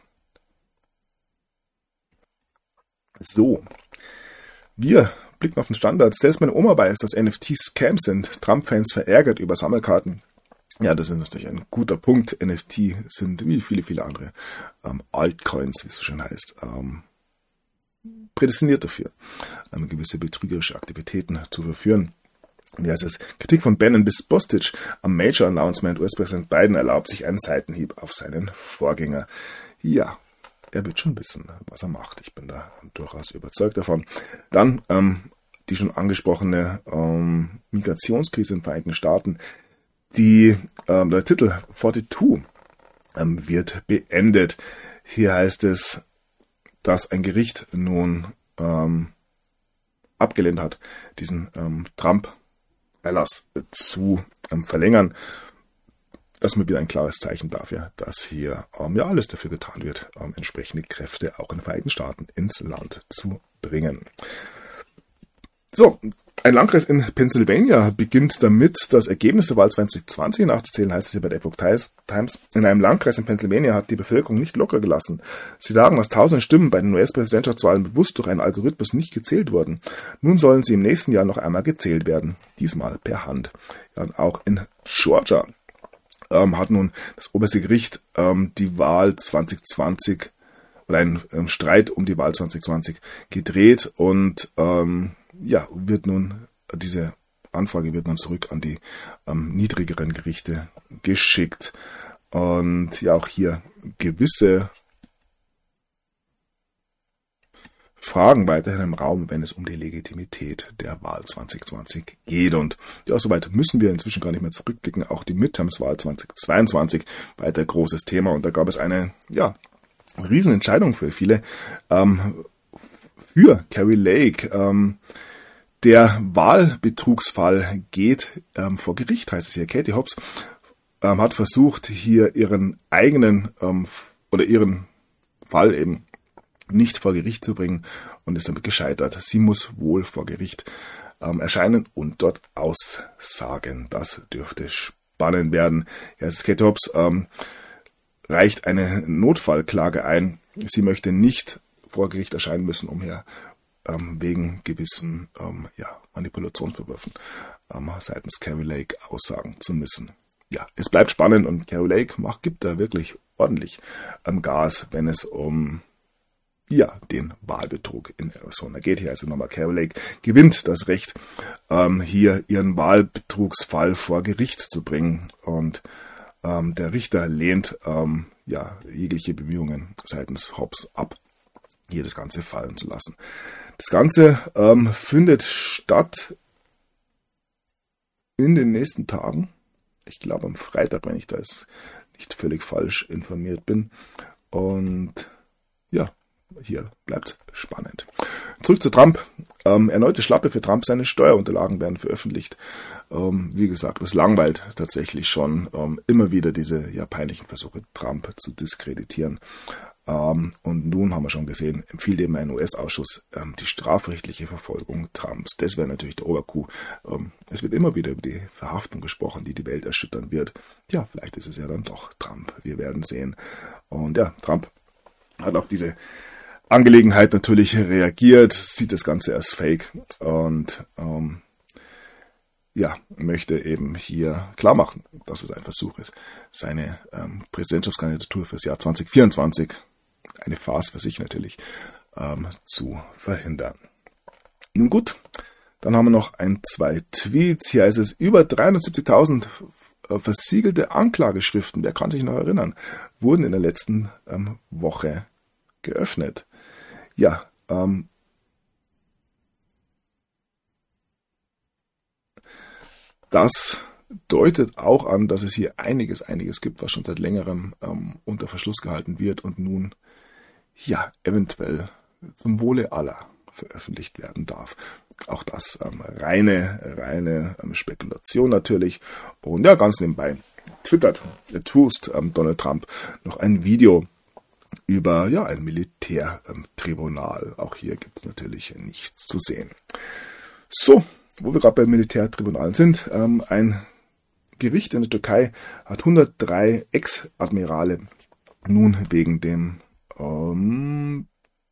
So, wir blicken auf den Standard. Selbst meine Oma weiß, dass NFTs Scams sind. Trump-Fans verärgert über Sammelkarten. Ja, das ist natürlich ein guter Punkt. NFT sind wie viele, viele andere Altcoins, wie es so schön heißt, prädestiniert dafür, gewisse betrügerische Aktivitäten zu verführen. Wie heißt es? Kritik von Bannon bis Bostic am Major Announcement. US-Präsident Biden erlaubt sich einen Seitenhieb auf seinen Vorgänger. Ja, er wird schon wissen, was er macht. Ich bin da durchaus überzeugt davon. Dann die schon angesprochene Migrationskrise in den Vereinigten Staaten. Der Titel 42 wird beendet. Hier heißt es, dass ein Gericht nun abgelehnt hat, diesen Trump-Erlass zu verlängern. Das ist mir wieder ein klares Zeichen dafür, dass hier alles dafür getan wird, entsprechende Kräfte auch in den Vereinigten Staaten ins Land zu bringen. So, ein Landkreis in Pennsylvania beginnt damit, das Ergebnis der Wahl 2020 nachzuzählen, heißt es hier bei der Epoch Times. In einem Landkreis in Pennsylvania hat die Bevölkerung nicht locker gelassen. Sie sagen, dass 1000 Stimmen bei den US-Präsidentschaftswahlen bewusst durch einen Algorithmus nicht gezählt wurden. Nun sollen sie im nächsten Jahr noch einmal gezählt werden, diesmal per Hand. Ja, und auch in Georgia hat nun das oberste Gericht die Wahl 2020 oder einen Streit um die Wahl 2020 gedreht und diese Anfrage wird nun zurück an die niedrigeren Gerichte geschickt. Und ja, auch hier gewisse Fragen weiterhin im Raum, wenn es um die Legitimität der Wahl 2020 geht. Und ja, soweit müssen wir inzwischen gar nicht mehr zurückblicken. Auch die Midterms-Wahl 2022 weiter großes Thema. Und da gab es eine Riesenentscheidung für viele. Für Kari Lake. Der Wahlbetrugsfall geht vor Gericht, heißt es hier. Katie Hobbs hat versucht, hier ihren Fall eben nicht vor Gericht zu bringen und ist damit gescheitert. Sie muss wohl vor Gericht erscheinen und dort aussagen. Das dürfte spannend werden. Ja, Katie Hobbs reicht eine Notfallklage ein. Sie möchte nicht vor Gericht erscheinen müssen, um hier wegen gewissen Manipulationsvorwürfen seitens Kari Lake aussagen zu müssen. Ja, es bleibt spannend und Kari Lake gibt da wirklich ordentlich Gas, wenn es um den Wahlbetrug in Arizona geht. Hier also nochmal, Kari Lake gewinnt das Recht, hier ihren Wahlbetrugsfall vor Gericht zu bringen und der Richter lehnt jegliche Bemühungen seitens Hobbs ab, hier das Ganze fallen zu lassen. Das Ganze findet statt in den nächsten Tagen. Ich glaube am Freitag, wenn ich da jetzt nicht völlig falsch informiert bin. Und ja, hier bleibt spannend. Zurück zu Trump. Erneute Schlappe für Trump. Seine Steuerunterlagen werden veröffentlicht. Wie gesagt, es langweilt tatsächlich schon immer wieder diese peinlichen Versuche, Trump zu diskreditieren. Und nun haben wir schon gesehen, empfiehlt eben ein US-Ausschuss die strafrechtliche Verfolgung Trumps. Das wäre natürlich der Oberkuh. Es wird immer wieder über die Verhaftung gesprochen, die die Welt erschüttern wird. Ja, vielleicht ist es ja dann doch Trump. Wir werden sehen. Und ja, Trump hat auf diese Angelegenheit natürlich reagiert, sieht das Ganze als Fake und möchte eben hier klar machen, dass es ein Versuch ist, seine Präsidentschaftskandidatur für das Jahr 2024, eine Farce für sich natürlich, zu verhindern. Nun gut, dann haben wir noch zwei Tweets. Hier heißt es, über 370.000 versiegelte Anklageschriften, wer kann sich noch erinnern, wurden in der letzten Woche geöffnet. Ja, das deutet auch an, dass es hier einiges gibt, was schon seit längerem unter Verschluss gehalten wird und nun eventuell zum Wohle aller veröffentlicht werden darf. Auch das reine Spekulation natürlich. Und ja, ganz nebenbei twittert Donald Trump noch ein Video über ein Militärtribunal. Auch hier gibt es natürlich nichts zu sehen. So, wo wir gerade bei Militärtribunalen sind, ein Gericht in der Türkei hat 103 Ex-Admirale nun wegen dem wann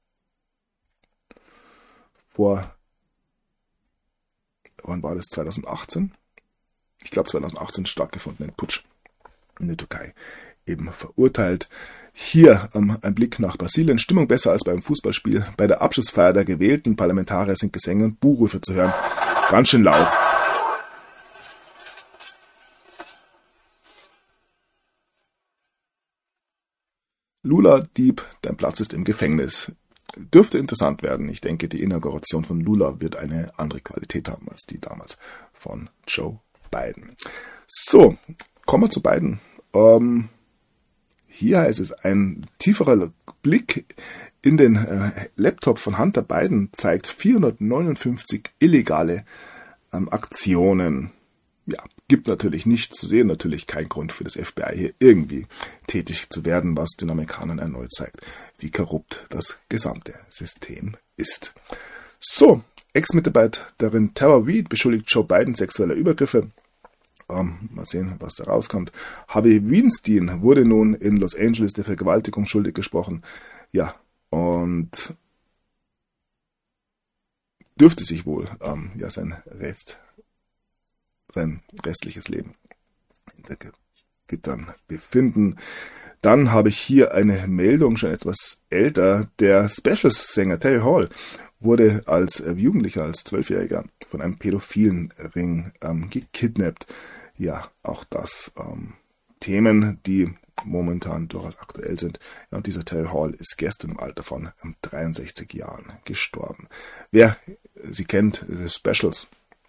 war das, 2018? Ich glaube 2018 stattgefundenen Putsch in der Türkei eben verurteilt. Hier ein Blick nach Brasilien. Stimmung besser als beim Fußballspiel. Bei der Abschlussfeier der gewählten Parlamentarier sind Gesänge und Buhrufe zu hören. Ganz schön laut. Lula Dieb, dein Platz ist im Gefängnis. Dürfte interessant werden. Ich denke, die Inauguration von Lula wird eine andere Qualität haben als die damals von Joe Biden. So, kommen wir zu Biden. Hier heißt es, ein tieferer Blick in den Laptop von Hunter Biden zeigt 459 illegale Aktionen. Ja, gibt natürlich nichts zu sehen, natürlich kein Grund für das FBI hier irgendwie tätig zu werden, was den Amerikanern erneut zeigt, wie korrupt das gesamte System ist. So, Ex-Mitarbeiterin Tara Reid beschuldigt Joe Biden sexueller Übergriffe. Mal sehen, was da rauskommt. Harvey Weinstein wurde nun in Los Angeles der Vergewaltigung schuldig gesprochen. Ja, und dürfte sich wohl sein restliches Leben hinter Gittern befinden. Dann habe ich hier eine Meldung, schon etwas älter. Der Specials-Sänger Terry Hall wurde als Jugendlicher, als 12-Jähriger von einem pädophilen Ring gekidnappt. Ja, auch das Themen, die momentan durchaus aktuell sind. Ja, und dieser Terry Hall ist gestern im Alter von 63 Jahren gestorben. Wer sie kennt, The Specials,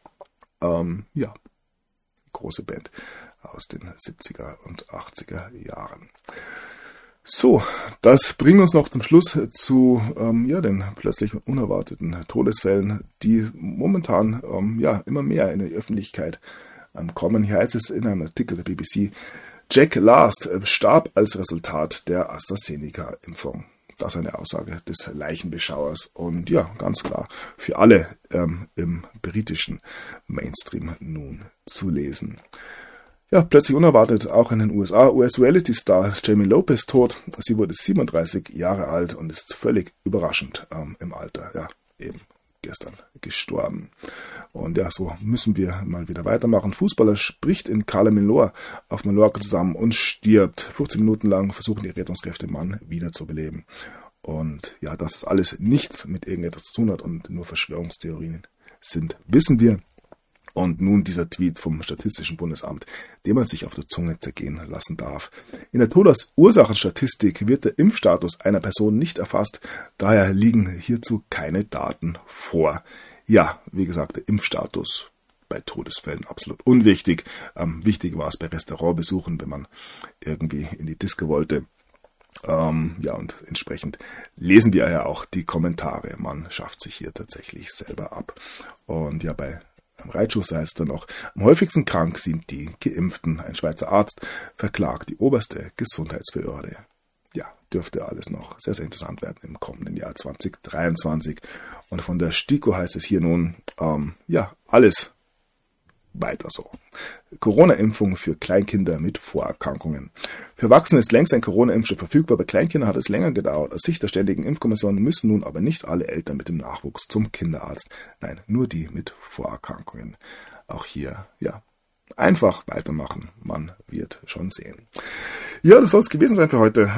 große Band aus den 70er und 80er Jahren. So, das bringt uns noch zum Schluss zu den plötzlich unerwarteten Todesfällen, die momentan immer mehr in die Öffentlichkeit kommen. Hier heißt es in einem Artikel der BBC, Jack Last starb als Resultat der AstraZeneca-Impfung. Das ist eine Aussage des Leichenbeschauers und ja, ganz klar für alle im britischen Mainstream nun zu lesen. Ja, plötzlich unerwartet auch in den USA. US-Reality-Star Jamie Lopez tot. Sie wurde 37 Jahre alt und ist völlig überraschend im Alter, eben gestern gestorben. Und ja, so müssen wir mal wieder weitermachen. Fußballer spricht in Cala Melor auf Mallorca zusammen und stirbt. 15 Minuten lang versuchen die Rettungskräfte, den Mann wiederzubeleben. Und ja, dass das alles nichts mit irgendetwas zu tun hat und nur Verschwörungstheorien sind, wissen wir. Und nun dieser Tweet vom Statistischen Bundesamt, den man sich auf der Zunge zergehen lassen darf. In der Todesursachenstatistik wird der Impfstatus einer Person nicht erfasst, daher liegen hierzu keine Daten vor. Ja, wie gesagt, der Impfstatus bei Todesfällen absolut unwichtig. Wichtig war es bei Restaurantbesuchen, wenn man irgendwie in die Disco wollte. Und entsprechend lesen wir ja auch die Kommentare. Man schafft sich hier tatsächlich selber ab. Und ja, bei am Reitschuss heißt es dann noch, am häufigsten krank sind die Geimpften. Ein Schweizer Arzt verklagt die oberste Gesundheitsbehörde. Ja, dürfte alles noch sehr, sehr interessant werden im kommenden Jahr 2023. Und von der STIKO heißt es hier nun, alles weiter so. Corona-Impfung für Kleinkinder mit Vorerkrankungen. Für Erwachsene ist längst ein Corona-Impfstoff verfügbar. Bei Kleinkindern hat es länger gedauert. Aus Sicht der Ständigen Impfkommission müssen nun aber nicht alle Eltern mit dem Nachwuchs zum Kinderarzt. Nein, nur die mit Vorerkrankungen. Auch hier, einfach weitermachen. Man wird schon sehen. Ja, das soll es gewesen sein für heute.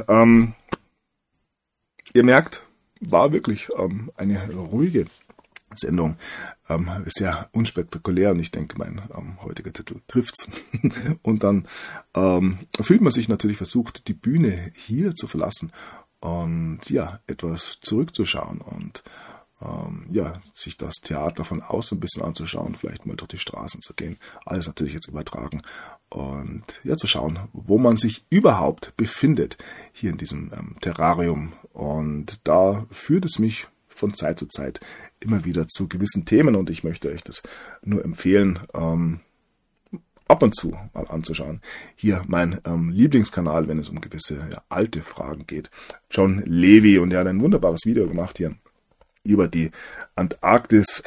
Ihr merkt, war wirklich eine ruhige Sendung, sehr unspektakulär, und ich denke, mein heutiger Titel trifft's. Und dann fühlt man sich natürlich versucht, die Bühne hier zu verlassen und etwas zurückzuschauen und sich das Theater von außen ein bisschen anzuschauen, vielleicht mal durch die Straßen zu gehen, alles natürlich jetzt übertragen und zu schauen, wo man sich überhaupt befindet hier in diesem Terrarium. Und da führt es mich von Zeit zu Zeit immer wieder zu gewissen Themen, und ich möchte euch das nur empfehlen, ab und zu mal anzuschauen. Hier mein Lieblingskanal, wenn es um gewisse alte Fragen geht. John Levy, und er hat ein wunderbares Video gemacht hier über die Antarktis.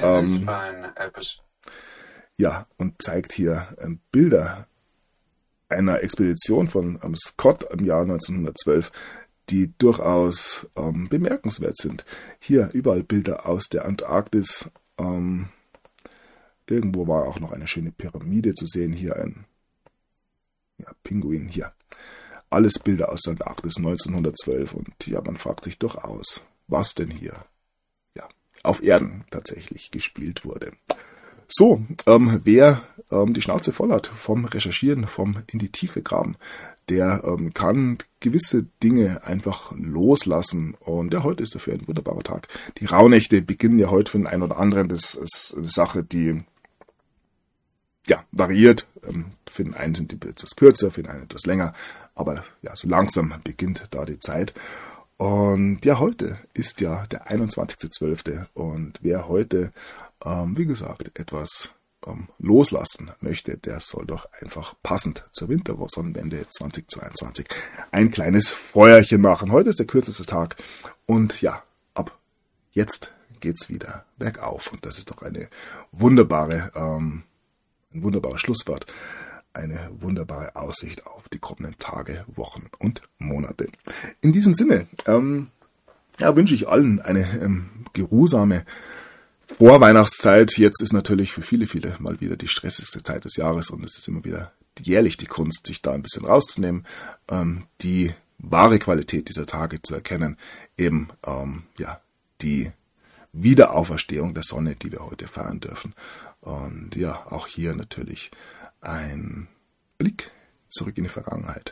Und zeigt hier Bilder einer Expedition von Scott im Jahr 1912, die durchaus bemerkenswert sind. Hier überall Bilder aus der Antarktis. Irgendwo war auch noch eine schöne Pyramide zu sehen. Hier ein Pinguin. Hier. Alles Bilder aus der Antarktis 1912. Und man fragt sich durchaus, was denn hier auf Erden tatsächlich gespielt wurde. So, wer die Schnauze voll hat vom Recherchieren, vom in die Tiefe graben, der kann gewisse Dinge einfach loslassen. Und heute ist dafür ein wunderbarer Tag. Die Rauhnächte beginnen ja heute für den einen oder anderen. Das ist eine Sache, die variiert. Für den einen sind die etwas kürzer, für den einen etwas länger. Aber so langsam beginnt da die Zeit. Und heute ist der 21.12. Und wer heute, wie gesagt, etwas loslassen möchte, der soll doch einfach passend zur Wintersonnenwende 2022 ein kleines Feuerchen machen. Heute ist der kürzeste Tag und ab jetzt geht's wieder bergauf. Und das ist doch ein wunderbares Schlusswort. Eine wunderbare Aussicht auf die kommenden Tage, Wochen und Monate. In diesem Sinne wünsche ich allen eine geruhsame Vorweihnachtszeit. Jetzt ist natürlich für viele, viele mal wieder die stressigste Zeit des Jahres, und es ist immer wieder jährlich die Kunst, sich da ein bisschen rauszunehmen, die wahre Qualität dieser Tage zu erkennen, eben die Wiederauferstehung der Sonne, die wir heute feiern dürfen. Und auch hier natürlich ein Blick zurück in die Vergangenheit.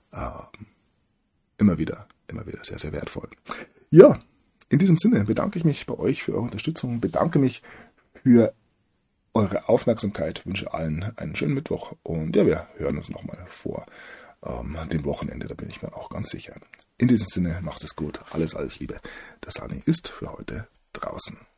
Immer wieder sehr, sehr wertvoll. Ja, in diesem Sinne bedanke ich mich bei euch für eure Unterstützung, bedanke mich für eure Aufmerksamkeit, wünsche allen einen schönen Mittwoch, und wir hören uns nochmal vor dem Wochenende, da bin ich mir auch ganz sicher. In diesem Sinne, macht es gut, alles Liebe. Der Sani ist für heute draußen.